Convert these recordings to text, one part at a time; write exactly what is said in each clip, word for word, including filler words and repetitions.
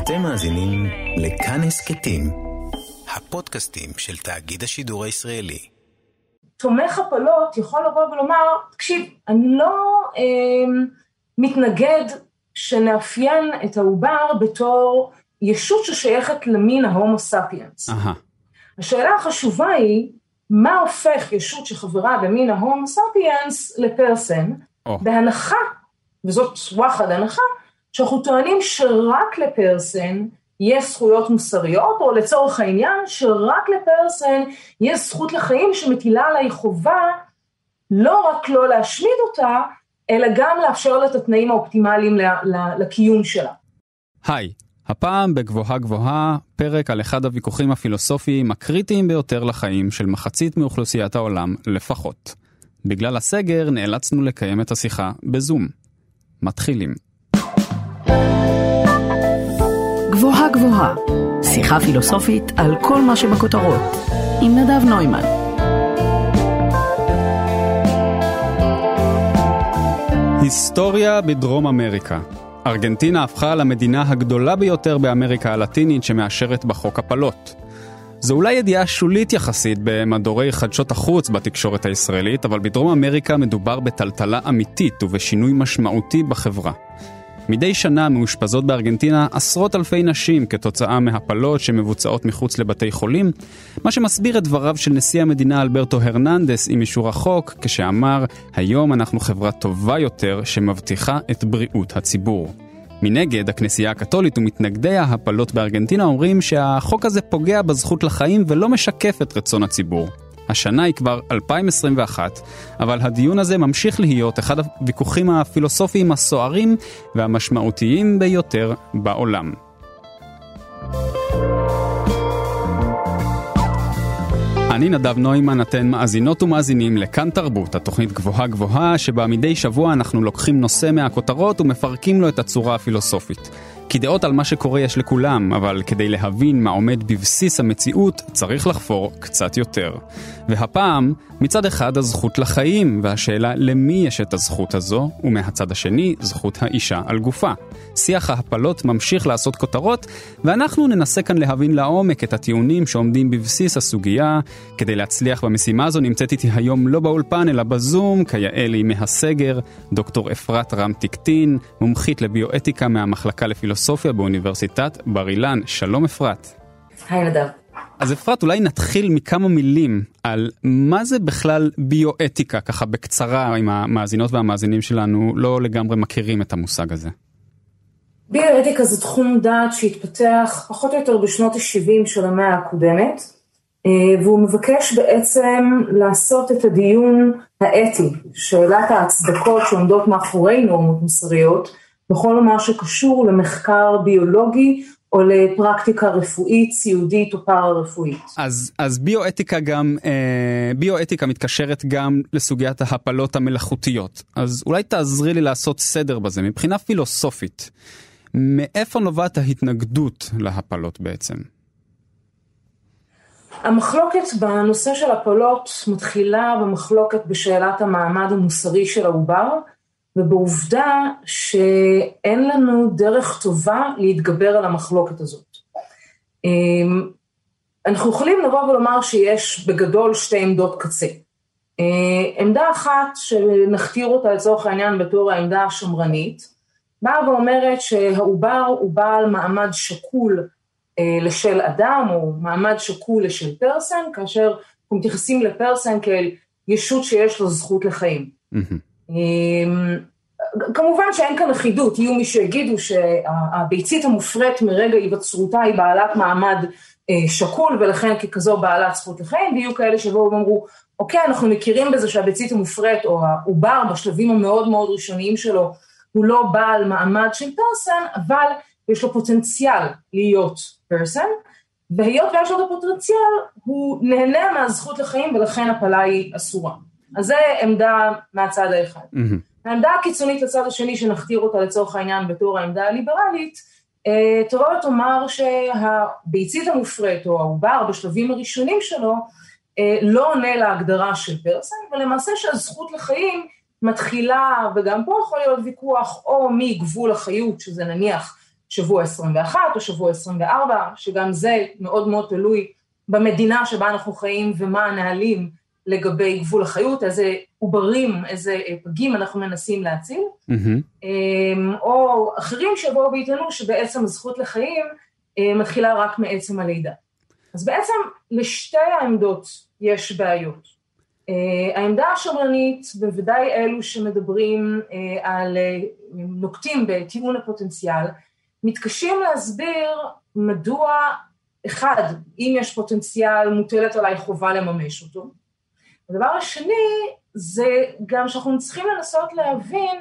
אתם מאזינים לכאן הסכתים, הפודקאסטים של תאגיד השידור הישראלי. תומך הפלות יכול לבוא ולומר, תקשיב, אני לא אה, מתנגד שנאפיין את העובר בתור ישות ששייכת למין ההומו ספיאנס. Aha. השאלה החשובה היא, מה הופך ישות שחברה במין ההומו ספיאנס לפרסן, oh. בהנחה, וזאת וואחד הנחה, שאנחנו טוענים שרק לפרסן יש זכויות מוסריות, או לצורך העניין שרק לפרסן יש זכות לחיים שמטילה עליי חובה, לא רק לא להשמיד אותה, אלא גם לאפשר לה את התנאים האופטימליים לקיום שלה. היי, הפעם בגבוהה גבוהה, פרק על אחד הוויכוחים הפילוסופיים הקריטיים ביותר לחיים של מחצית מאוכלוסיית העולם לפחות. בגלל הסגר נאלצנו לקיים את השיחה בזום. מתחילים. גבוהה גבוהה, שיחה פילוסופית על כל מה שבכותרות, עם נדב נוימן. היסטוריה בדרום אמריקה. ארגנטינה הפכה למדינה הגדולה ביותר באמריקה הלטינית שמאשרת בחוק הפלות. זו אולי ידיעה שולית יחסית במדורי חדשות החוץ בתקשורת הישראלית, אבל בדרום אמריקה מדובר בטלטלה אמיתית ובשינוי משמעותי בחברה. מדי שנה מאושפזות בארגנטינה עשרות אלפי נשים כתוצאה מהפלות שמבוצעות מחוץ לבתי חולים, מה שמסביר את דבריו של נשיא המדינה אלברטו הרננדס עם אישור החוק, כשאמר, היום אנחנו חברה טובה יותר שמבטיחה את בריאות הציבור. מנגד, הכנסייה הקתולית ומתנגדי ההפלות בארגנטינה אומרים שהחוק הזה פוגע בזכות לחיים ולא משקף את רצון הציבור. השנה היא כבר אלפיים עשרים ואחת, אבל הדיון הזה ממשיך להיות אחד הוויכוחים הפילוסופיים הסוערים והמשמעותיים ביותר בעולם. אני נדב נוימן, אתן מאזינות ומאזינים לכאן תרבות, התוכנית גבוהה גבוהה שבה מדי שבוע אנחנו לוקחים נושא מהכותרות ומפרקים לו את הצורה הפילוסופית. כי דעות על מה שקורה יש לכולם, אבל כדי להבין מה עומד בבסיס המציאות צריך לחפור קצת יותר. והפעם, מצד אחד הזכות לחיים, והשאלה למי יש את הזכות הזו, ומהצד השני זכות האישה על גופה. שיח ההפלות ממשיך לעשות כותרות, ואנחנו ננסה כאן להבין לעומק את הטיעונים שעומדים בבסיס הסוגיה. כדי להצליח במשימה הזו נמצאת איתי היום לא באולפן אלא בזום, כיעלי מהסגר, דוקטור אפרת רם תקטין, מומחית לביואתיקה מהמחלקה לפילוסופיה באוניברסיטת בר אילן. שלום אפרת. היי נדב. אז אפרת, אולי נתחיל מכמה מילים על מה זה בכלל ביואתיקה, ככה בקצרה, אם המאזינות והמאזינים שלנו לא לגמרי מכירים את המושג הזה. ביואתיקה זה תחום דעת שהתפתח פחות או יותר בשנות ה-שבעים של המאה הקודמת, והוא מבקש בעצם לעשות את הדיון האתי, שאלת ההצדקות שעומדות מאחורי נורמות מוסריות, בכל מה שקשור למחקר ביולוגי או לפרקטיקה רפואית, סיעודית או פארה-רפואית. אז, אז ביואתיקה גם, אה, ביואתיקה מתקשרת גם לסוגיית ההפלות המלאכותיות. אז אולי תעזרי לי לעשות סדר בזה, מבחינה פילוסופית. מאיפה נובעת ההתנגדות להפלות בעצם? המחלוקת בנושא של הפלות מתחילה במחלוקת בשאלת המעמד המוסרי של העובר, ובעובדה שאין לנו דרך טובה להתגבר על המחלוקת הזאת. אנחנו יכולים לבוא ולומר שיש בגדול שתי עמדות קצה. עמדה אחת שנכתיר אותה לצורך העניין בתור העמדה השמרנית, באה ואומרת שהעובר הוא בעל מעמד שקול לשל אדם, או מעמד שקול לשל פרסן, כאשר אנחנו מתייחסים לפרסן כאל ישות שיש לו זכות לחיים. כמובן שאין כאן אחידות, יהיו מי שיגידו שהביצית המופרית מרגע היווצרותה היא בעלת מעמד שקול, ולכן ככזו בעלת זכות לחיים, ויהיו כאלה שבואו ואמרו, אוקיי, אנחנו מכירים בזה שהביצית המופרית, או העובר בשלבים המאוד מאוד ראשוניים שלו, הוא לא בעל מעמד של פרסן, אבל יש לו פוטנציאל להיות פרסן, והיות ויש לו את הפוטנציאל, הוא נהנה מהזכות לחיים, ולכן הפלה היא אסורה. אז זה עמדה מהצד האחד. Mm-hmm. העמדה הקיצונית לצד השני, שנכתיר אותה לצורך העניין בתור העמדה הליברלית, תבוא ותאמר שהביצית המופרית, או העובר בשלבים הראשונים שלו, לא עונה להגדרה של פרסן, ולמעשה שהזכות לחיים מתחילה, וגם פה יכול להיות ויכוח, או מגבול החיות, שזה נניח שבוע עשרים ואחת או שבוע עשרים וארבע, שגם זה מאוד מאוד תלוי במדינה שבה אנחנו חיים ומה הנהלים לגבי גבול החיות, איזה עוברים, איזה פגים אנחנו מנסים להציל, mm-hmm. או אחרים שבאו ויתנו שבעצם הזכות לחיים מתחילה רק מעצם הלידה. אז בעצם לשתי העמדות יש בעיות. העמדה השמרנית, בוודאי אלו שמדברים על נוקטים בטיעון הפוטנציאל, מתקשים להסביר מדוע, אחד, אם יש פוטנציאל מוטלת עליי חובה לממש אותו. הדבר השני זה גם שאנחנו צריכים לנסות להבין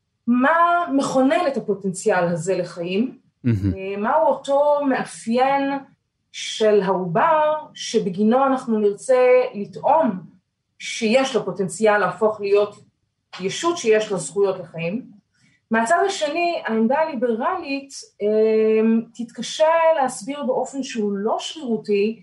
מה מכונן את הפוטנציאל הזה לחיים, mm-hmm. מהו אותו מאפיין של העובר שבגינו אנחנו נרצה לטעון שיש לו פוטנציאל להפוך להיות ישות שיש לו זכויות לחיים. מהצד השני, העמדה הליברלית תתקשה להסביר באופן שהוא לא שרירותי,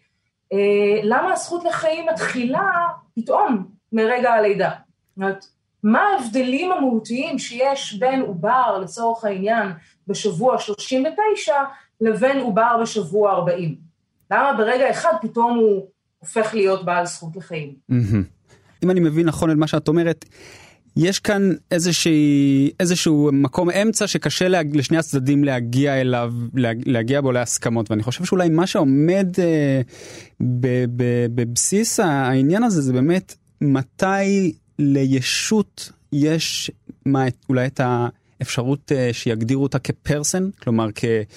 למה הזכות לחיים מתחילה פתאום מרגע הלידה. זאת אומרת, מה ההבדלים המהותיים שיש בין עובר לצורך העניין בשבוע שלושים ותשע לבין עובר בשבוע ארבעים? למה ברגע אחד פתאום הוא הופך להיות בעל זכות לחיים? אם אני מבין נכון את מה שאת אומרת, יש כאן איזשהו, איזשהו מקום אמצע שקשה לה, לשני הצדדים להגיע אליו, להגיע בו להסכמות, ואני חושב שאולי מה שעומד אה, ב, ב, בבסיס העניין הזה, זה באמת מתי לישות יש מה, אולי את האפשרות אה, שיגדירו אותה כפרסן, כלומר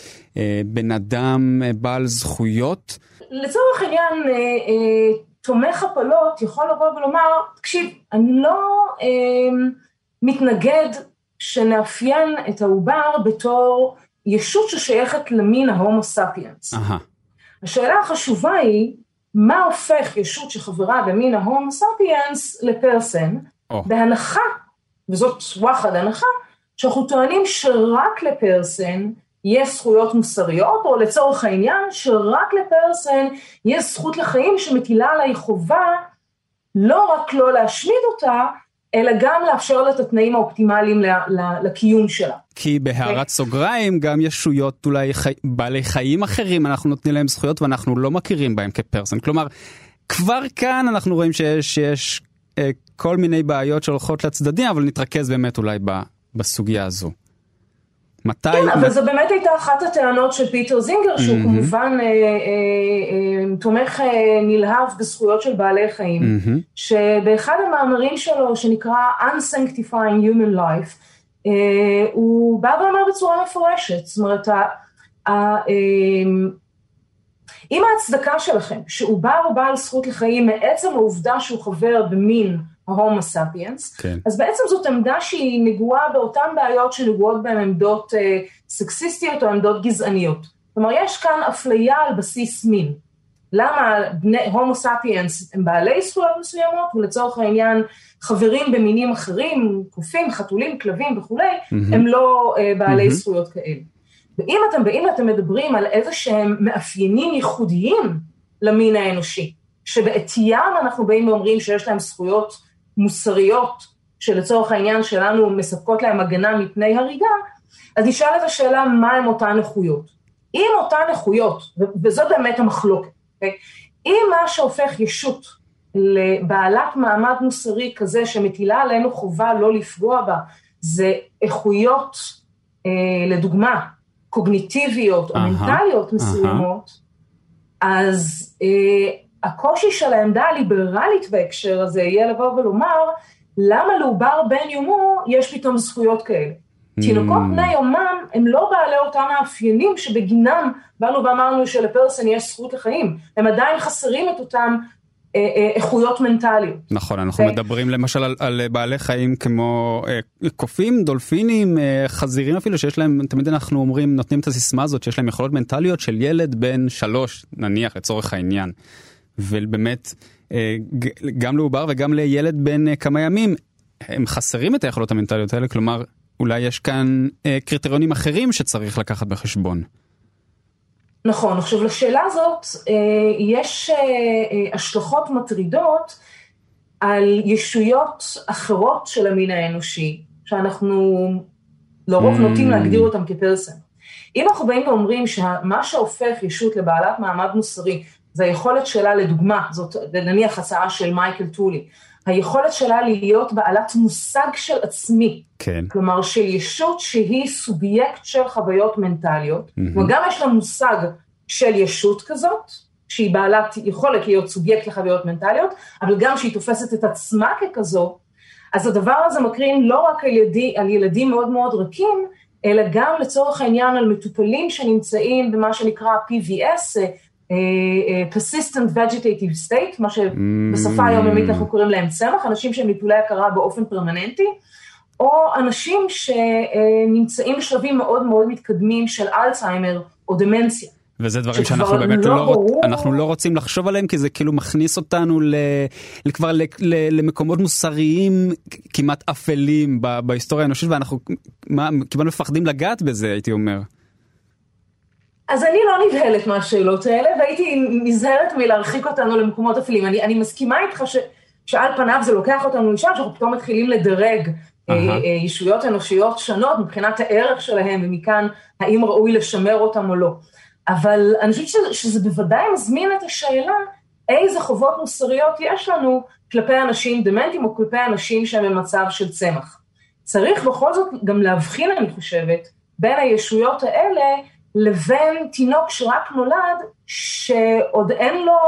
כבן אדם אה, בעל זכויות. לצורך העניין, אה, אה... תומך הפלות יכול לבוא ולומר, תקשיב, אני לא אה, מתנגד שנאפיין את העובר בתור ישות ששייכת למין ההומו ספיאנס. Uh-huh. השאלה החשובה היא, מה הופך ישות שחברה במין ההומו ספיאנס לפרסן, oh. בהנחה, וזאת וואחד הנחה, שאנחנו טוענים שרק לפרסן, יש זכויות מוסריות, או לצורך העניין, שרק לפרסן יש זכות לחיים שמטילה עליי חובה, לא רק לא להשמיד אותה, אלא גם לאפשר לה את התנאים האופטימליים לקיום שלה. כי בהערת סוגריים, גם ישויות אולי חי... בעלי חיים אחרים, אנחנו נותנים להם זכויות, ואנחנו לא מכירים בהם כפרסן. כלומר, כבר כאן אנחנו רואים שיש, שיש אה, כל מיני בעיות שהולכות לצדדים, אבל נתרכז באמת אולי ב, בסוגיה הזו. מתי... כן, אבל זו באמת הייתה אחת הטענות של פיטר זינגר, שהוא mm-hmm. כמובן אה, אה, אה, תומך אה, נלהב בזכויות של בעלי חיים, mm-hmm. שבאחד המאמרים שלו, שנקרא Unsanctifying Human Life, אה, הוא בא ואמר בצורה מפורשת, זאת אומרת, ה, ה, אה, אם ההצדקה שלכם, שהוא בא או בעל זכות לחיים, מעצם העובדה שהוא חבר במין ההומו ספיאנס, כן. אז בעצם זאת עמדה שהיא נגועה באותן בעיות שנגועות בהן עמדות אה, סקסיסטיות או עמדות גזעניות. כלומר, יש כאן אפליה על בסיס מין. למה בני, הומו ספיאנס הם בעלי זכויות מסוימות, ולצורך העניין חברים במינים אחרים, קופים, חתולים, כלבים וכו', mm-hmm. הם לא אה, בעלי mm-hmm. זכויות כאלה. ואם אתם באים ואתם מדברים על איזה שהם מאפיינים ייחודיים למין האנושי, שבעתיים אנחנו באים ואומרים שיש להם זכויות מוסריות, שלצורך העניין שלנו מספקות להם הגנה מפני הריגה, אז נשאל את השאלה מה הם אותן איכויות. אם אותן איכויות, וזאת באמת המחלוקת, okay? אם מה שהופך ישות לבעלת מעמד מוסרי כזה שמטילה עלינו חובה לא לפגוע בה, זה איכויות, אה, לדוגמה, קוגניטיביות או uh-huh, מנטליות מסוימות, uh-huh. אז אה, הקושי של העמדה הליברלית בהקשר הזה יהיה לבוא ולומר, למה לעובר בן יומו יש פתאום זכויות כאלה? Mm. תינוקות בני יומם הם לא בעלי אותם האפיינים שבגינם באנו ואמרנו שלפרסן יש זכות לחיים, הם עדיין חסרים את אותם אה, אה, איכויות מנטליות. נכון, אנחנו ו... מדברים למשל על, על בעלי חיים כמו אה, קופים, דולפינים, אה, חזירים אפילו, שיש להם, תמיד אנחנו אומרים, נותנים את הסיסמה הזאת, שיש להם יכולות מנטליות של ילד בן שלוש, נניח, לצורך העניין. ובאמת, גם לעובר וגם לילד בין כמה ימים, הם חסרים את היכולות המנטליות האלה, כלומר, אולי יש כאן קריטריונים אחרים שצריך לקחת בחשבון. נכון, עכשיו לשאלה הזאת, יש השלכות מטרידות על ישויות אחרות של המין האנושי, שאנחנו לרוב נוטים להגדיר אותם כפרסן. אם אנחנו באים ואומרים שמה שהופך ישות לבעלת מעמד מוסרי, זה היכולת שלה, לדוגמה, זאת נניח הצעה של מייקל טולי, היכולת שלה להיות בעלת מושג של עצמי, כן. כלומר של ישות שהיא סובייקט של חוויות מנטליות, mm-hmm. וגם יש לה מושג של ישות כזאת, שהיא בעלת יכולת להיות סובייקט לחוויות מנטליות, אבל גם שהיא תופסת את עצמה ככזו, אז הדבר הזה מקרין לא רק על, ידי, על ילדים מאוד מאוד רכים, אלא גם לצורך העניין על מטופלים שנמצאים במה שנקרא פי וי אס, persistent vegetative state, מה שבשפה היומיומית אנחנו קוראים להם צמח, אנשים שהם ניטולי הכרה באופן פרמננטי, או אנשים שנמצאים בשלבים מאוד מאוד מתקדמים של אלצהיימר או דמנציה. וזה דברים שאנחנו באמת לא, לא, אנחנו לא רוצים לחשוב עליהם, כי זה כאילו מכניס אותנו ל, כבר ל, ל, למקומות מוסריים כמעט אפלים בהיסטוריה האנושית, ואנחנו כמעט מפחדים לגעת בזה, הייתי אומר. אז אני לא נבהלת מהשאלות האלה, והייתי נזהרת מלהרחיק אותנו למקומות אפלים. אני, אני מסכימה איתך ש, שעל פניו זה לוקח אותנו לשם, שאנחנו פתאום מתחילים לדרג uh-huh. ישויות אנושיות שונות, מבחינת הערך שלהם, ומכאן האם ראוי לשמר אותם או לא. אבל אני חושבת שזה, שזה בוודאי מזמין את השאלה, איזה חובות מוסריות יש לנו כלפי אנשים דמנטיים, או כלפי אנשים שהם במצב של צמח. צריך בכל זאת גם להבחין, אני חושבת, בין הישויות האלה, לבין תינוק שרק נולד, שעוד אין לו,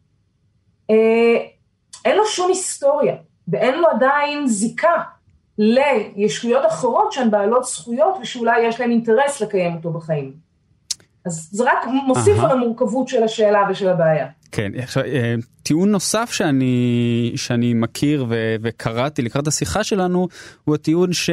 אה, אין לו שום היסטוריה, ואין לו עדיין זיקה לישויות אחרות שהן בעלות זכויות, ושאולי יש להם אינטרס לקיים אותו בחיים. אז זה רק מוסיף על המורכבות של השאלה ושל הבעיה. כן, עכשיו, טיעון נוסף שאני, שאני מכיר ו- וקראתי לקראת השיחה שלנו, הוא הטיעון ש...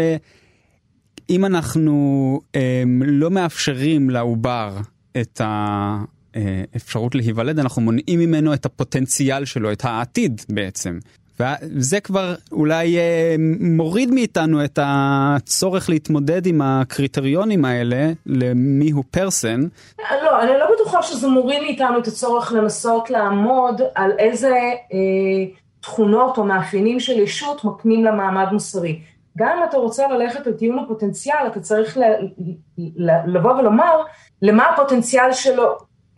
אם אנחנו הם, לא מאפשרים לעובר את האפשרות להיוולד, אנחנו מונעים ממנו את הפוטנציאל שלו, את העתיד בעצם. וזה כבר אולי מוריד מאיתנו את הצורך להתמודד עם הקריטריונים האלה, למי הוא פרסן. לא, אני לא בטוחה שזה מוריד מאיתנו את הצורך לנסות לעמוד על איזה אה, תכונות או מאפיינים של ישות מקנים למעמד מוסרי. גם אם אתה רוצה ללכת על טיעון הפוטנציאל, אתה צריך לבוא ולומר, למה הפוטנציאל שלו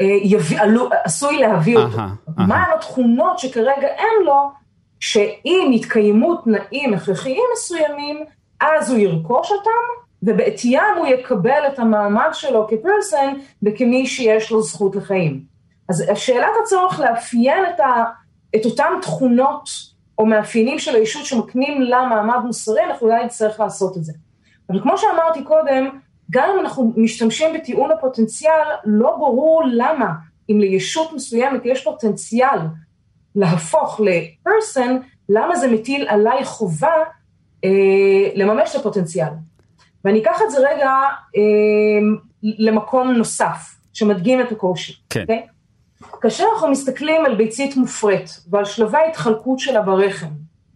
עשוי להביא אותו. מה התכונות שכרגע אין לו, שאם יתקיימו תנאים הכרחיים מסוימים, אז הוא ירכוש אותם, ובעתיים הוא יקבל את המעמד שלו כפרסן, וכמי שיש לו זכות לחיים. אז השאלת הצורך לאפיין את אותם תכונות, או מאפיינים של הישות שמקנים לה מעמד מוסרי, אנחנו אולי נצטרך לעשות את זה. אבל כמו שאמרתי קודם, גם אם אנחנו משתמשים בטיעון הפוטנציאל, לא ברור למה, אם לישות מסוימת יש פוטנציאל להפוך לפרסן, למה זה מטיל עליי חובה אה, לממש את הפוטנציאל. ואני אקח את זה רגע אה, למקום נוסף, שמדגים את הקושי. כן. Okay? כאשר אנחנו מסתכלים על ביצית מופרט, ועל שלבי ההתחלקות שלה ברחם,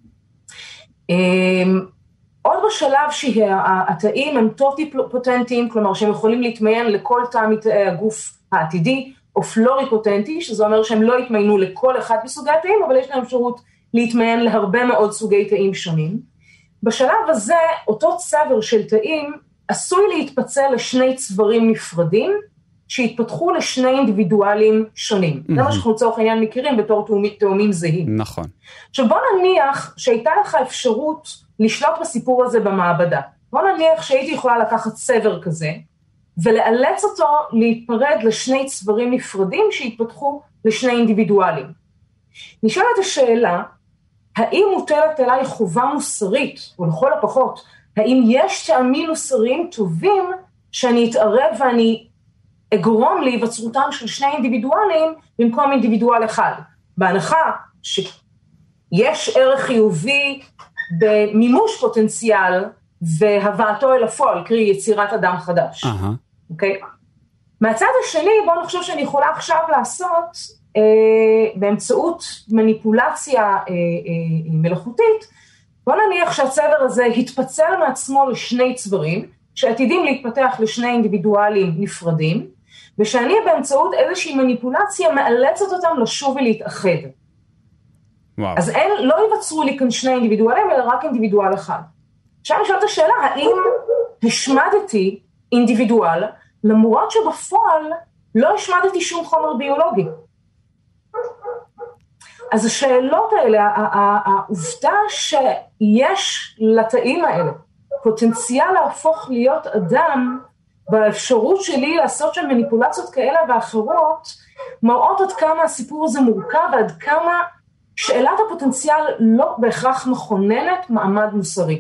עוד בשלב שהתאים הם טוטי-פוטנטיים, כלומר שהם יכולים להתמיין לכל תא מתאי הגוף העתידי, או פלורי-פוטנטי, שזה אומר שהם לא יתמיינו לכל אחד מסוגי התאים, אבל יש להם אפשרות להתמיין להרבה מאוד סוגי תאים שונים. בשלב הזה, אותו צבר של תאים עשוי להתפצל לשני צברים נפרדים, שהתפתחו לשני אינדיבידואלים שונים. Mm-hmm. זה מה שאנחנו לצורך העניין מכירים בתור תאומים זהים. נכון. עכשיו בוא נניח שהייתה לך אפשרות לשלוט בסיפור הזה במעבדה. בוא נניח שהייתי יכולה לקחת צבר כזה, ולאלץ אותו להתפרד לשני צברים נפרדים שהתפתחו לשני אינדיבידואלים. נשאלת השאלה, האם מוטלת עליי חובה מוסרית, או לכל הפחות, האם יש טעמים מוסריים טובים שאני אתערב ואני אגרום להיווצרותם של שני אינדיבידואלים במקום אינדיבידואל אחד. בהנחה שיש ערך חיובי במימוש פוטנציאל והבאתו אל הפועל, קרי יצירת אדם חדש. Uh-huh. Okay? מהצד השני, בואו נחשוב שאני יכולה עכשיו לעשות אה, באמצעות מניפולציה אה, אה, מלאכותית, בואו נניח שהצבר הזה התפצל מעצמו לשני צברים, שעתידים להתפתח לשני אינדיבידואלים נפרדים, ושאני באמצעות איזושהי מניפולציה מאלצת אותם לשוב ולהתאחד. וואו. אז אין, לא ייווצרו לי כאן שני אינדיבידואלים, אלא רק אינדיבידואל אחד. עכשיו נשאלת השאלה, האם השמדתי אינדיבידואל למרות שבפועל לא השמדתי שום חומר ביולוגי. אז השאלות האלה, העובדה שיש לתאים האלה פוטנציאל להפוך להיות אדם, באפשרות שלי לעשות שם מניפולציות כאלה ואחרות, מראות עד כמה הסיפור הזה מורכב, ועד כמה שאלת הפוטנציאל לא בהכרח מכוננת מעמד מוסרי.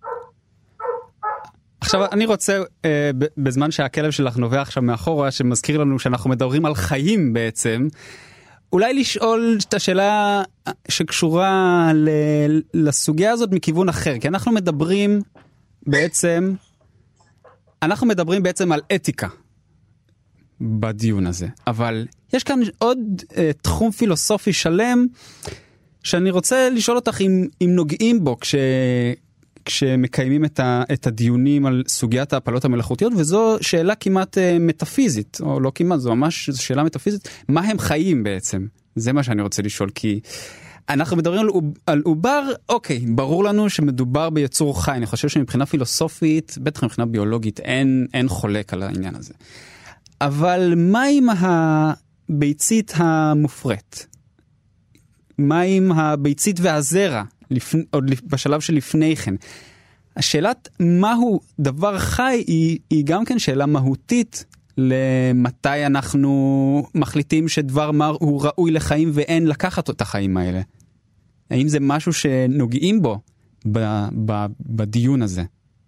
עכשיו אני רוצה, אה, בזמן שהכלב שלך נובע עכשיו מאחורה, שמזכיר לנו שאנחנו מדברים על חיים בעצם, אולי לשאול את השאלה שקשורה ל- לסוגיה הזאת מכיוון אחר, כי אנחנו מדברים בעצם, אנחנו מדברים בעצם על אתיקה בדיון הזה, אבל יש כאן עוד אה, תחום פילוסופי שלם, שאני רוצה לשאול אותך אם, אם נוגעים בו כש... כשמקיימים את, ה, את הדיונים על סוגיית ההפלות המלאכותיות, וזו שאלה כמעט אה, מטאפיזית, או לא כמעט, זו ממש זו שאלה מטאפיזית, מה הם חיים בעצם? זה מה שאני רוצה לשאול, כי אנחנו מדברים על, על עובר, אוקיי, ברור לנו שמדובר ביצור חי, אני חושב שמבחינה פילוסופית, בטח מבחינה ביולוגית, אין, אין חולק על העניין הזה. אבל מה עם הביצית המופרט? מה עם הביצית והזרע? לפני, עוד בשלב שלפני כן. השאלת מהו דבר חי היא, היא גם כן שאלה מהותית למתי אנחנו מחליטים שדבר מה הוא ראוי לחיים ואין לקחת את החיים האלה. האם זה משהו שנוגעים בו ב, ב, בדיון הזה?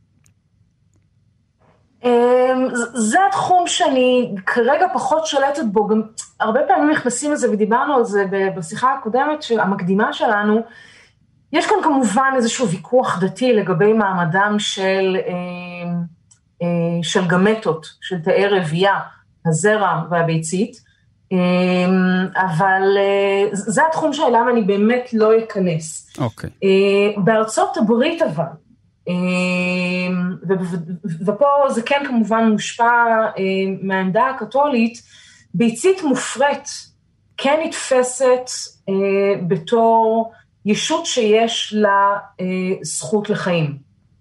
זה התחום שאני כרגע פחות שלטת בו, גם הרבה פעמים נכנסים לזה ודיברנו על זה בשיחה הקודמת המקדימה שלנו. יש כאן כמובן איזשהו ויכוח דתי לגבי מעמדם של, של גמטות, של תאי רבייה, הזרע והביצית, אבל זה התחום שאליו אני באמת לא אכנס. אוקיי. בארצות הברית אבל, ופה זה כן כמובן מושפע מהעמדה הקתולית, ביצית מופרט כן נתפסת בתור ישות שיש לה זכות לחיים.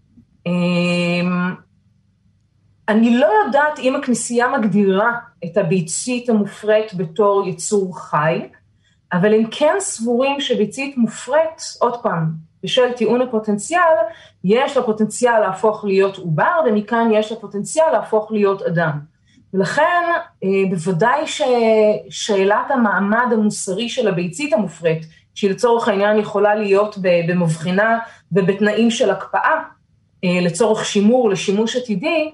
אני לא יודעת אם הכנסייה מגדירה את הביצית המופרט בתור יצור חי, אבל הם כן סבורים שביצית מופרט, עוד פעם, בשל טיעון הפוטנציאל, יש לה פוטנציאל להפוך להיות עובר, ומכאן יש לה פוטנציאל להפוך להיות אדם. ולכן, בוודאי ששאלת המעמד המוסרי של הביצית המופרט, שהיא לצורך העניין יכולה להיות במבחינה ובתנאים של הקפאה, לצורך שימור, לשימוש עתידי,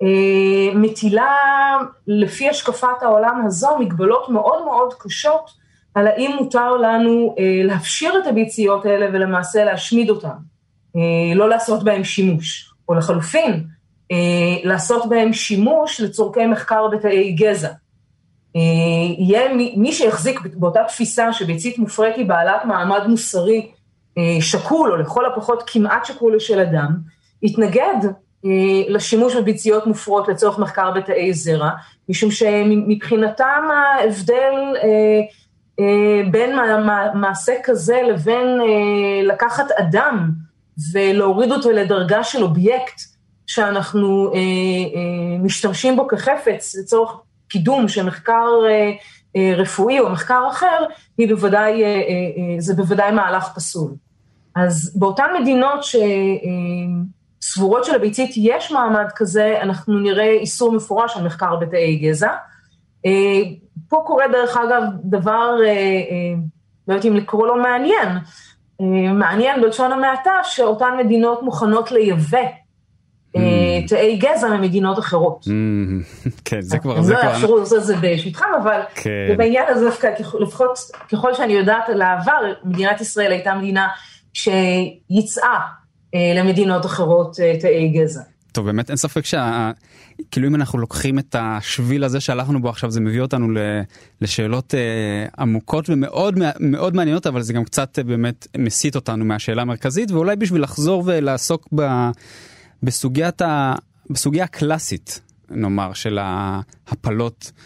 מטילה לפי השקפת העולם הזו מגבלות מאוד מאוד קשות, על האם מותר לנו להפשיר את הביציות האלה ולמעשה להשמיד אותן, לא לעשות בהם שימוש, או לחלופין, לעשות בהם שימוש לצורכי מחקר בתאי גזע. יהיה מי שיחזיק באותה תפיסה שביצית מופרט היא בעלת מעמד מוסרי שקול, או לכל הפחות כמעט שקול של אדם, יתנגד לשימוש בביציות מופרות לצורך מחקר בתאי זרע, משום שמבחינתם ההבדל בין מעשה כזה לבין לקחת אדם ולהוריד אותו לדרגה של אובייקט שאנחנו משתמשים בו כחפץ לצורך קידום של מחקר רפואי או מחקר אחר, היא בוודאי, זה בוודאי מהלך פסול. אז באותן מדינות שסבורות של הביצית יש מעמד כזה, אנחנו נראה איסור מפורש על מחקר בתאי גזע. פה קורה דרך אגב דבר, לא יודעת אם לקרוא לו מעניין, מעניין בלשון המעטה שאותן מדינות מוכנות לייבא תאי גזע ממדינות אחרות. כן, זה כבר... זה אפשרות, זה בשטחם, אבל בעניין הזה דווקא, לפחות ככל שאני יודעת על העבר, מדינת ישראל הייתה מדינה שיצאה למדינות אחרות תאי גזע. טוב, באמת אין ספק שה... כאילו אם אנחנו לוקחים את השביל הזה שהלכנו בו עכשיו, זה מביא אותנו לשאלות עמוקות ומאוד מאוד מעניינות, אבל זה גם קצת באמת מסיט אותנו מהשאלה המרכזית, ואולי בשביל לחזור ולעסוק ב... בסוגיית ה... בסוגיה הקלאסית, נאמר, של ההפלות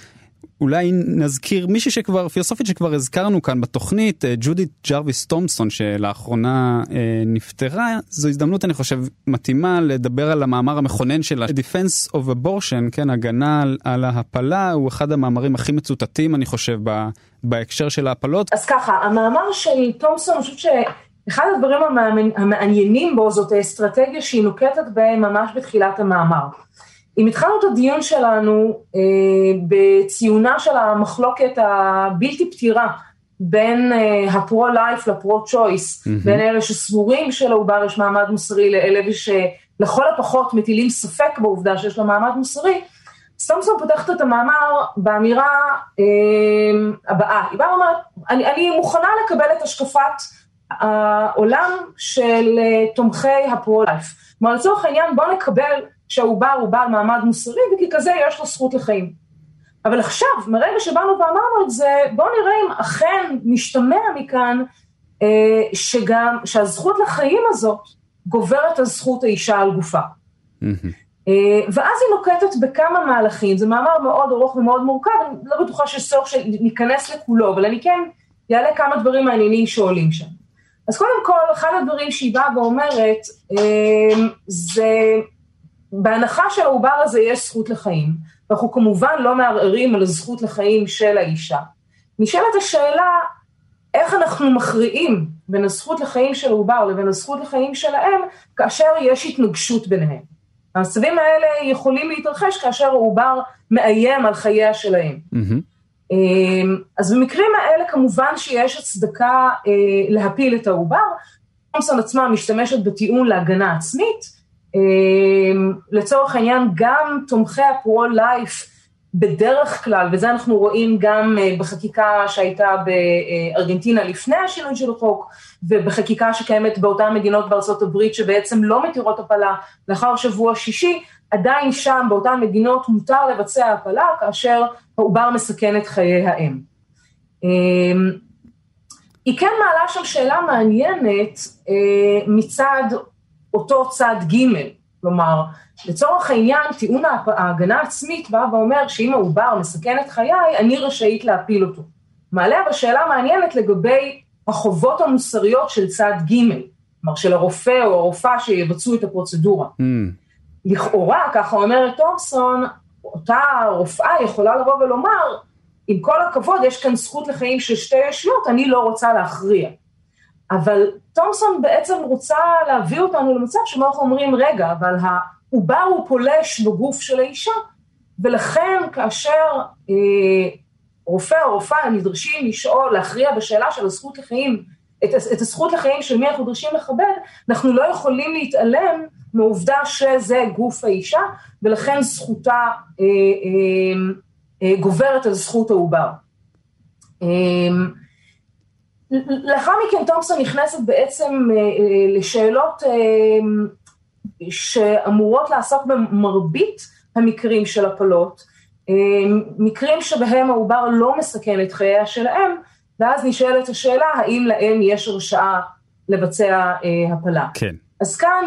אולי נזכיר מישהי שכבר, פילוסופית שכבר הזכרנו כאן בתוכנית, ג'ודית ג'רוויס תומפסון, שלאחרונה אה, נפטרה. זו הזדמנות, אני חושב, מתאימה לדבר על המאמר המכונן שלה, Defense of Abortion, כן, הגנה על, על ההפלה, הוא אחד המאמרים הכי מצוטטים, אני חושב, ב, בהקשר של ההפלות. אז ככה, המאמר של תומפסון, אני חושבת שאחד הדברים המעניינים בו, זאת האסטרטגיה שהיא נוקטת בהם ממש בתחילת המאמר. אם התחלנו את הדיון שלנו אה, בציונה של המחלוקת הבלתי פתירה בין אה, הפרו-לייף לפרו-צ'ויס, mm-hmm. בין אלה שסבורים שלעובר יש מעמד מוסרי לאלה שלכל הפחות מטילים ספק בעובדה שיש לו מעמד מוסרי, תומפסון פותחת את המאמר באמירה אה, הבאה, היא באה ואומרת, אני, אני מוכנה לקבל את השקפת העולם של אה, תומכי הפרו-לייף, כלומר לצורך העניין בוא נקבל שהעובר הוא בעל מעמד מוסרי, וכי כזה יש לו זכות לחיים. אבל עכשיו, מרגע שבאנו ואמרנו את זה, בואו נראה אם אכן משתמע מכאן, אה, שגם, שהזכות לחיים הזאת, גוברת הזכות האישה על גופה. Mm-hmm. אה, ואז היא נוקטת בכמה מהלכים, זה מאמר מאוד ארוך ומאוד מורכב, אני לא בטוחה שצורך שניכנס לכולו, אבל אני כן יעלה כמה דברים מעניינים שעולים שם. אז קודם כל, אחד הדברים שהיא באה ואומרת, אה, זה, בהנחה של העובר הזה יש זכות לחיים, ואנחנו כמובן לא מערערים על הזכות לחיים של האישה. נשאלת השאלה, איך אנחנו מכריעים בין הזכות לחיים של העובר לבין הזכות לחיים שלהם, כאשר יש התנגשות ביניהם. המצבים האלה יכולים להתרחש כאשר העובר מאיים על חייה שלהם. Mm-hmm. אז במקרים האלה כמובן שיש הצדקה להפיל את העובר, תומפסון עצמה משתמשת בטיעון להגנה עצמית, לצורך העניין גם תומכי הפרו-לייף בדרך כלל, וזה אנחנו רואים גם בחקיקה שהייתה בארגנטינה לפני השינוי של החוק, ובחקיקה שקיימת באותן מדינות בארצות הברית שבעצם לא מתירות הפלה לאחר שבוע שישי, עדיין שם באותן מדינות מותר לבצע הפלה כאשר העובר מסכן את חיי האם. היא כן מעלה שם שאלה מעניינת מצד אותו צד ג', כלומר, לצורך העניין, טיעון ההגנה העצמית בא ואומר שאם העובר מסכן את חיי, אני רשאית להפיל אותו. מעלה אבל שאלה מעניינת לגבי החובות המוסריות של צד ג', כלומר של הרופא או הרופאה שיבצעו את הפרוצדורה. Mm. לכאורה, ככה אומרת תומפסון, אותה רופאה יכולה לבוא ולומר, עם כל הכבוד, יש כאן זכות לחיים של שתי ישויות, אני לא רוצה להכריע. אבל תומפסון בעצם רוצה להביא אותנו למצב שבו אנחנו אומרים, רגע, אבל העובר הוא פולש בגוף של האישה, ולכן כאשר אה, רופא או רופאה נדרשים לשאול, להכריע בשאלה של הזכות לחיים, את, את הזכות לחיים של מי אנחנו דרשים לכבד, אנחנו לא יכולים להתעלם מעובדה שזה גוף האישה, ולכן זכותה אה, אה, אה, גוברת על זכות העובר. אה, לאחר מכן תומפסון נכנסת בעצם לשאלות שאמורות לעסוק במרבית המקרים של הפלות, מקרים שבהם העובר לא מסכן את חייה של האם, ואז נשאלת השאלה האם לאם יש הרשאה לבצע הפלה. כן. אז כאן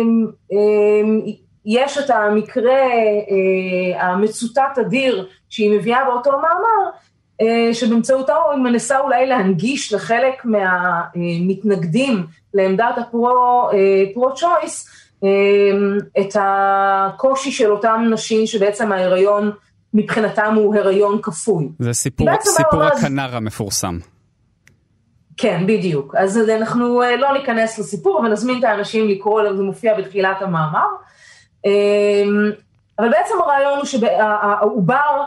יש את המקרה המצוטט אדיר שהיא מביאה באותו מאמר, שבאמצעותו היא מנסה אולי להנגיש לחלק מהמתנגדים לעמדת הפרו-צ'ויס את הקושי של אותם נשים שבעצם ההיריון מבחינתם הוא הריון כפוי. זה סיפור, סיפור הכנר המפורסם. כן, בדיוק. אז אנחנו לא ניכנס לסיפור, אבל נזמין את האנשים לקרוא, זה מופיע בתחילת המאמר. אבל בעצם הרעיון הוא שהעובר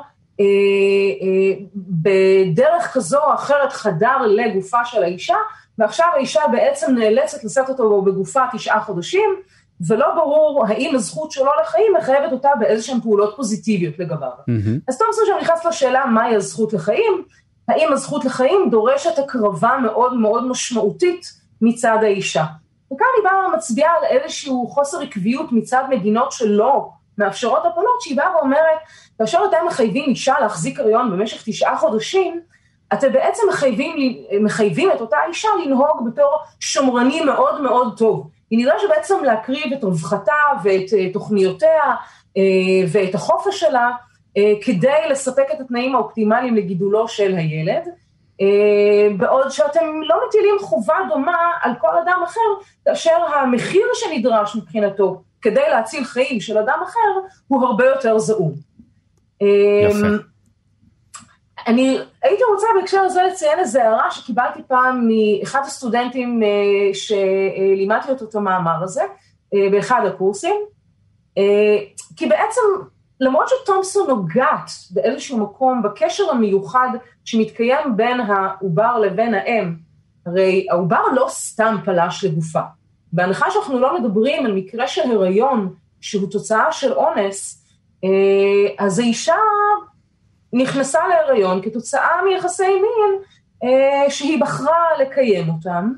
בדרך כזו או אחרת חדר לגופה של האישה, ועכשיו האישה בעצם נאלצת לשאת אותו בגופה תשעה חודשים, ולא ברור האם הזכות שלו לחיים מחייבת אותה באיזשהם פעולות פוזיטיביות לגביו. Mm-hmm. אז תומפסון שם נכנס לשאלה מהי הזכות לחיים, האם הזכות לחיים דורשת הקרבה מאוד מאוד משמעותית מצד האישה. וכאן היא באה מצביעה על איזשהו חוסר עקביות מצד מדינות שלא מאפשרות הפלות, שהיא באה ואומרת, כאשר אתם מחייבים אישה להחזיק הריון במשך תשעה חודשים, אתם בעצם מחייבים, מחייבים את אותה אישה לנהוג בתור שמרני מאוד מאוד טוב. היא נדרשת בעצם להקריב את רווחתה ואת תוכניותיה ואת החופש שלה, כדי לספק את התנאים האופטימליים לגידולו של הילד, בעוד שאתם לא מטילים חובה דומה על כל אדם אחר, כאשר המחיר שנדרש מבחינתו כדי להציל חיים של אדם אחר, הוא הרבה יותר זעום. יפה. אני הייתי רוצה בהקשר הזה לציין איזו הערה שקיבלתי פעם מאחד הסטודנטים שלימדתי אותו את המאמר הזה, באחד הקורסים, כי בעצם למרות שתומפסון נוגעת באיזשהו מקום בקשר המיוחד שמתקיים בין העובר לבין האם, הרי העובר לא סתם פלש לגופה, בהנחה שאנחנו לא מדברים על מקרה של הריון שהוא תוצאה של אונס, אז האישה נכנסה להיריון כתוצאה מיחסי מין שהיא בחרה לקיים אותם,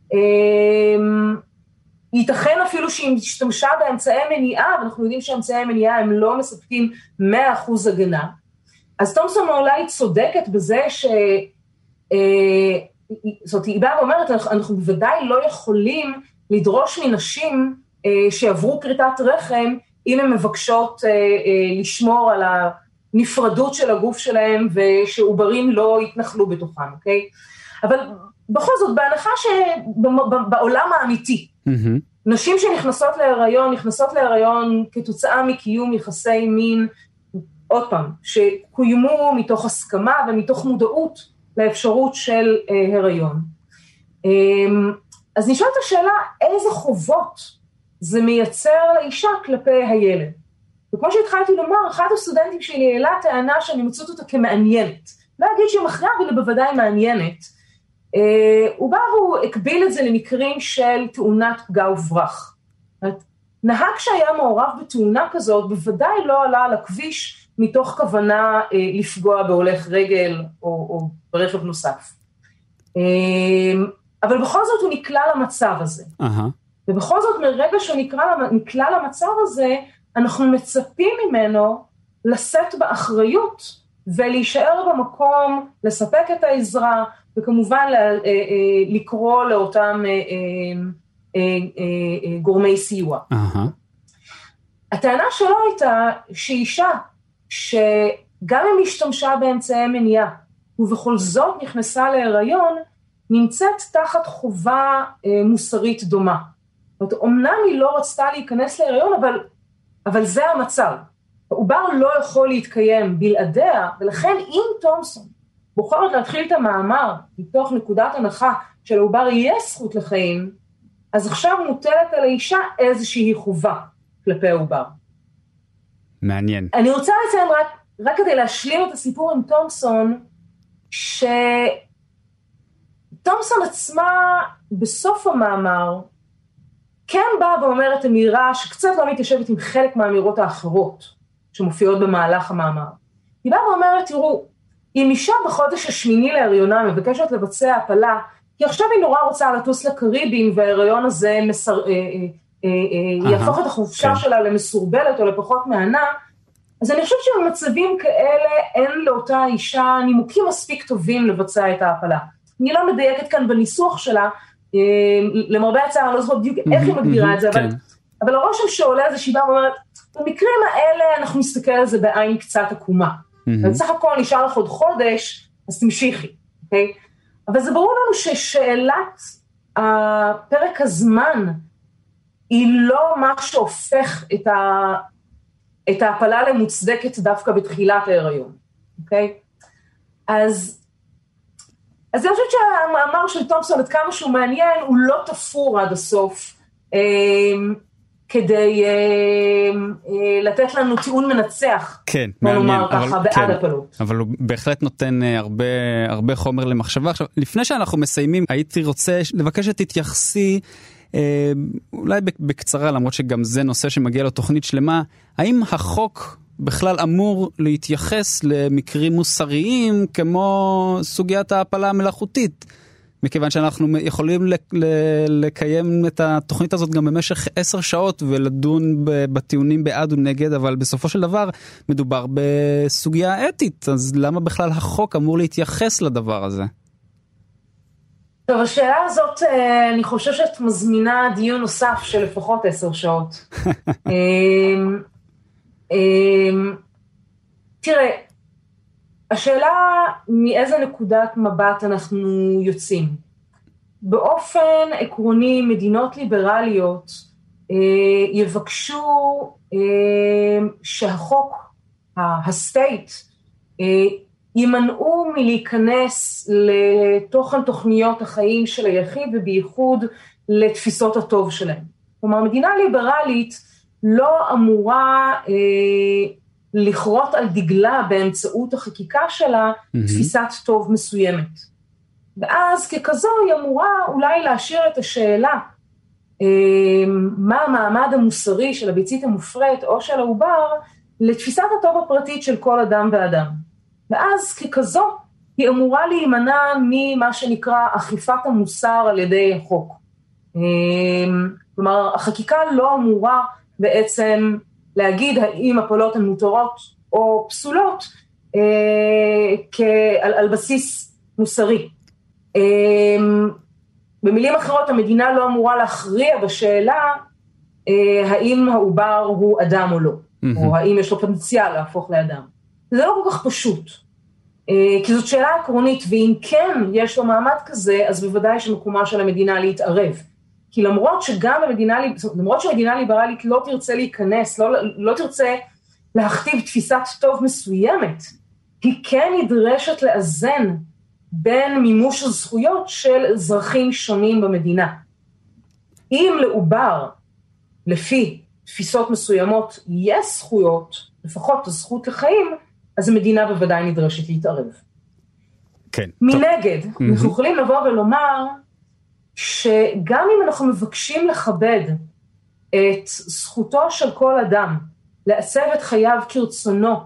ייתכן אפילו שהיא השתמשה באמצעי מניעה, ואנחנו יודעים שאמצעי מניעה הם לא מספקים מאה אחוז הגנה, אז תומפסון אולי צודקת בזה ש... זאת היא באה ואומרת, אנחנו בוודאי לא יכולים לדרוש מנשים שעברו כריתת רחם, אם הן מבקשות לשמור על הנפרדות של הגוף שלהם, ושעוברים לא יתנחלו בתוכם, אוקיי? אבל בכל זאת, בהנחה שבעולם האמיתי, mm-hmm. נשים שנכנסות להיריון, נכנסות להיריון כתוצאה מקיום יחסי מין, עוד פעם, שקוימו מתוך הסכמה ומתוך מודעות לאפשרות של אה, הריון. אה, אז נשאלת השאלה, איזה חובות זה מייצר לאישה כלפי הילד? וכמו שהתחלתי לומר, אחד הסטודנטים שלי העלה טענה שאני מוצאת אותה כמעניינת. לא אגיד שהיא מכריעה, אבל בוודאי מעניינת. Uh, הוא בא והוא הקביל את זה למקרים של תאונת פגע וברח. נהג שהיה מעורב בתאונה כזאת, בוודאי לא עלה על הכביש מתוך כוונה uh, לפגוע בהולך רגל או, או ברכב נוסף. Uh, אבל בכל זאת הוא נקלע למצב הזה. Uh-huh. ובכל זאת מרגע שהוא נקלע, נקלע למצב הזה, אנחנו מצפים ממנו לשאת באחריות ולהישאר במקום, לספק את העזרה, וכמובן לקרוא לאותם גורמי סיוע. הטענה שלו הייתה שאישה שגם אם השתמשה באמצעי מניעה, ובכל זאת נכנסה להיריון, נמצאת תחת חובה מוסרית דומה. זאת אומרת, אמנם היא לא רצתה להיכנס להיריון, אבל, אבל זה המצב. העובר לא יכול להתקיים בלעדיה, ולכן אם תומפסון בוחרת להתחיל את המאמר מתוך נקודת הנחה שלעובר יהיה זכות לחיים, אז עכשיו מוטלת על האישה איזושהי חובה כלפי העובר. מעניין. אני רוצה לציין רק, רק כדי להשלים את הסיפור עם תומפסון, שתומפסון עצמה בסוף המאמר, כן באה ואומרת אמירה שקצת לא מתיישבת עם חלק מהאמירות האחרות שמופיעות במהלך המאמר. היא באה ואומרת, תראו, אם אישה בחודש השמיני להריונה מבקשת לבצע הפלה, כי עכשיו היא נורא רוצה לטוס לקריבים, וההריון הזה מסר, אה, אה, אה, יהפוך את החופשה כן. שלה למסורבלת או לפחות מענה, אז אני חושבת שבמצבים כאלה אין לאותה אישה נימוקים מספיק טובים לבצע את ההפלה. אני לא מדייקת כאן בניסוח שלה, אה, למרבה הצער, אני לא זוכרת בדיוק איך היא מגדירה את זה, אבל, אבל הרושם שעולה זה שהיא באה ואומרת, במקרים האלה אנחנו נסתכל על זה בעין קצת עקומה. ובסך הכל נשאר לך עוד חודש, אז תמשיכי, אוקיי? אבל זה ברור לנו ששאלת הפרק הזמן, היא לא מה שהופך את, ה, את ההפלה למוצדקת דווקא בתחילת ההיריון, אוקיי? אז, אז אני חושבת שהמאמר של תומפסון, עד כמה שהוא מעניין, הוא לא תפור עד הסוף, אה, כדי אה, אה, לתת לנו טיעון מנצח, כן, מעניין, ככה, בעד כן, הפלות. אבל הוא בהחלט נותן אה, הרבה, הרבה חומר למחשבה. עכשיו, לפני שאנחנו מסיימים, הייתי רוצה לבקש שתתייחסי, אה, אולי בקצרה, למרות שגם זה נושא שמגיע לו תוכנית שלמה, האם החוק בכלל אמור להתייחס למקרים מוסריים, כמו סוגיית ההפלה המלאכותית? מכיוון שאנחנו יכולים לקיים את התוכנית הזאת גם במשך עשר שעות ולדון בטיעונים בעד ונגד, אבל בסופו של דבר מדובר בסוגיה אתית, אז למה בכלל החוק אמור להתייחס לדבר הזה? טוב, השאלה הזאת, אני חוששת מזמינה דיון נוסף של לפחות עשר שעות. תראה, השאלה מאיזה נקודת מבט אנחנו יוצאים. באופן עקרוני, מדינות ליברליות אה, יבקשו אה, שהחוק, הסטייט, אה, יימנעו מלהיכנס לתוכן תוכניות החיים של היחיד, ובייחוד לתפיסות הטוב שלהם. כלומר, מדינה ליברלית לא אמורה אה, לכרות על דגלה באמצעות החקיקה שלה mm-hmm. תפיסת טוב מסוימת. ואז ככזו היא אמורה אולי להשאיר את השאלה, אה, מה המעמד המוסרי של הביצית המופרית או של העובר, לתפיסת הטוב הפרטית של כל אדם ואדם. ואז ככזו היא אמורה להימנע ממה שנקרא אכיפת המוסר על ידי החוק. כלומר, החקיקה לא אמורה בעצם להגיד האם הפעולות הן מותרות או פסולות על, על בסיס מוסרי. במילים אחרות, המדינה לא אמורה להכריע בשאלה האם העובר הוא אדם או לא, mm-hmm. או האם יש לו פוטנציאל להפוך לאדם. זה לא כל כך פשוט, כי זאת שאלה עקרונית, ואם כן יש לו מעמד כזה, אז בוודאי שמקומה של המדינה להתערב. כי למרות שגם המדינה, למרות שהמדינה ליברלית לא תרצה להיכנס, לא, לא תרצה להכתיב תפיסת טוב מסוימת, היא כן נדרשת לאזן בין מימוש הזכויות של אזרחים שונים במדינה. אם לעובר, לפי תפיסות מסוימות, יש זכויות, לפחות הזכות לחיים, אז המדינה בוודאי נדרשת להתערב. כן. מנגד, טוב. אנחנו יכולים לבוא ולומר, שגם אם אנחנו מבקשים לכבד את זכותו של כל אדם, לעצב את חייו כרצונו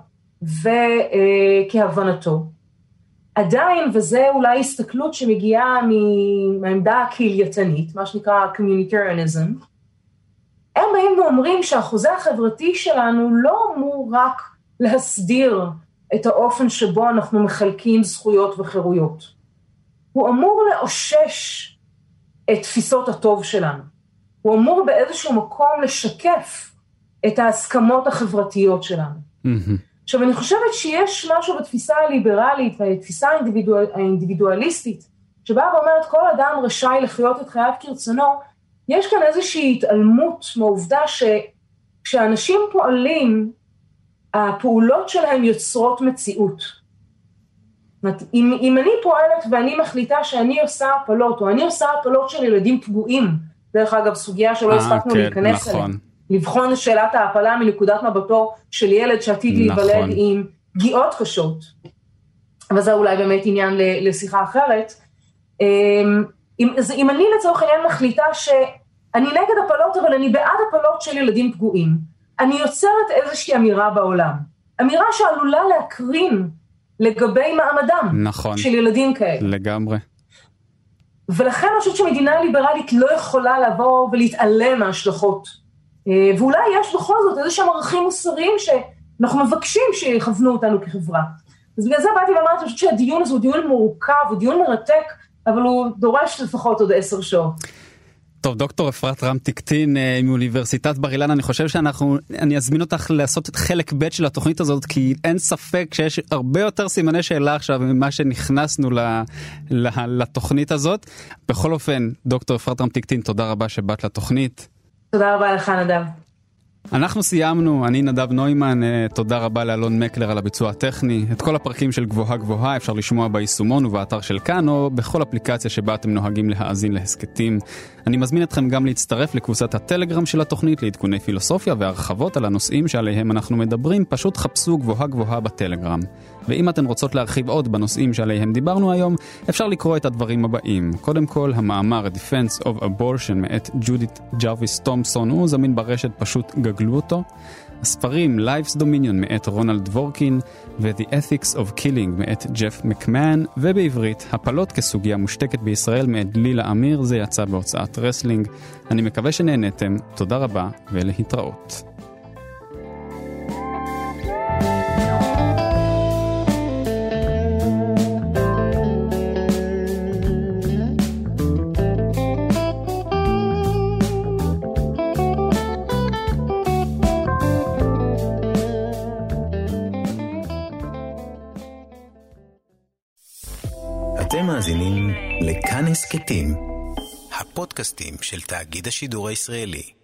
וכהבנתו, עדיין, וזה אולי הסתכלות שמגיעה מהעמדה הקהילייתנית, מה שנקרא communitarianism, הם באים ואומרים שהחוזה החברתי שלנו לא אמור רק להסדיר את האופן שבו אנחנו מחלקים זכויות וחירויות. הוא אמור לאושש את תפיסות הטוב שלנו. הוא אמור באיזשהו מקום לשקף את ההסכמות החברתיות שלנו. Mm-hmm. עכשיו, אני חושבת שיש משהו בתפיסה הליברלית, והתפיסה האינדיבידואל, האינדיבידואליסטית, שבה ואומרת כל אדם רשאי לחיות את חייו כרצונו, יש כאן איזושהי התעלמות מהעובדה שכשאנשים פועלים, הפעולות שלהם יוצרות מציאות. זאת אומרת, אם, אם אני פועלת ואני מחליטה שאני עושה הפלות, או אני עושה הפלות של ילדים פגועים, דרך אגב, סוגיה שלא הספקנו כן, להיכנס נכון. אליה, לבחון שאלת ההפלה מנקודת מבטו של ילד שעתיד נכון. להיוולד עם פגיעות קשות, אבל זה אולי באמת עניין לשיחה אחרת. אם, אם אני לצורך העניין מחליטה שאני נגד הפלות, אבל אני בעד הפלות של ילדים פגועים, אני יוצרת איזושהי אמירה בעולם, אמירה שעלולה להקרין לגבי מעמדם נכון. של ילדים כאלה. לגמרי. ולכן אני חושבת שמדינה ליברלית לא יכולה לבוא ולהתעלם מההשלכות. ואולי יש בכל זאת איזה שהם ערכים מוסריים שאנחנו מבקשים שיכוונו אותנו כחברה. אז בגלל זה באתי ואמרתי, אני חושבת שהדיון הזה הוא דיון מורכב, הוא דיון מרתק, אבל הוא דורש לפחות עוד עשר שעות. טוב, דוקטור אפרת רם-תקטין מאוניברסיטת בר אילן, אני חושב שאנחנו, אני אזמין אותך לעשות את חלק ב' של התוכנית הזאת, כי אין ספק שיש הרבה יותר סימני שאלה עכשיו ממה שנכנסנו ל, ל, לתוכנית הזאת. בכל אופן, דוקטור אפרת רם-תקטין, תודה רבה שבאת לתוכנית. תודה רבה לך, נדב. אנחנו סיימנו, אני נדב נוימן, תודה רבה לאלון מקלר על הביצוע הטכני. את כל הפרקים של גבוהה גבוהה אפשר לשמוע ביישומון ובאתר של כאן, או בכל אפליקציה שבה אתם נוהגים להאזין להסקטים. אני מזמין אתכם גם להצטרף לקבוצת הטלגרם של התוכנית לעדכוני פילוסופיה והרחבות על הנושאים שעליהם אנחנו מדברים, פשוט חפשו גבוהה גבוהה בטלגרם. ואם אתן רוצות להרחיב עוד בנושאים שעליהם דיברנו היום, אפשר לקרוא את הדברים הבאים. קודם כל, המאמר Defense of Abortion מאת ג'ודית ג'רוויס תומפסון, הוא זמין ברשת, פשוט גגלו אותו. הספרים Life's Dominion מאת רונלד דבורקין ו-The Ethics of Killing מאת ג'ף מקמן, ובעברית הפלות כסוגיה מושתקת בישראל מאת לילה אמיר, זה יצא בהוצאת רסלינג. אני מקווה שנהנתם, תודה רבה ולהתראות. מאזינים לכאן הסכתים, הפודקאסטים של תאגיד השידור הישראלי.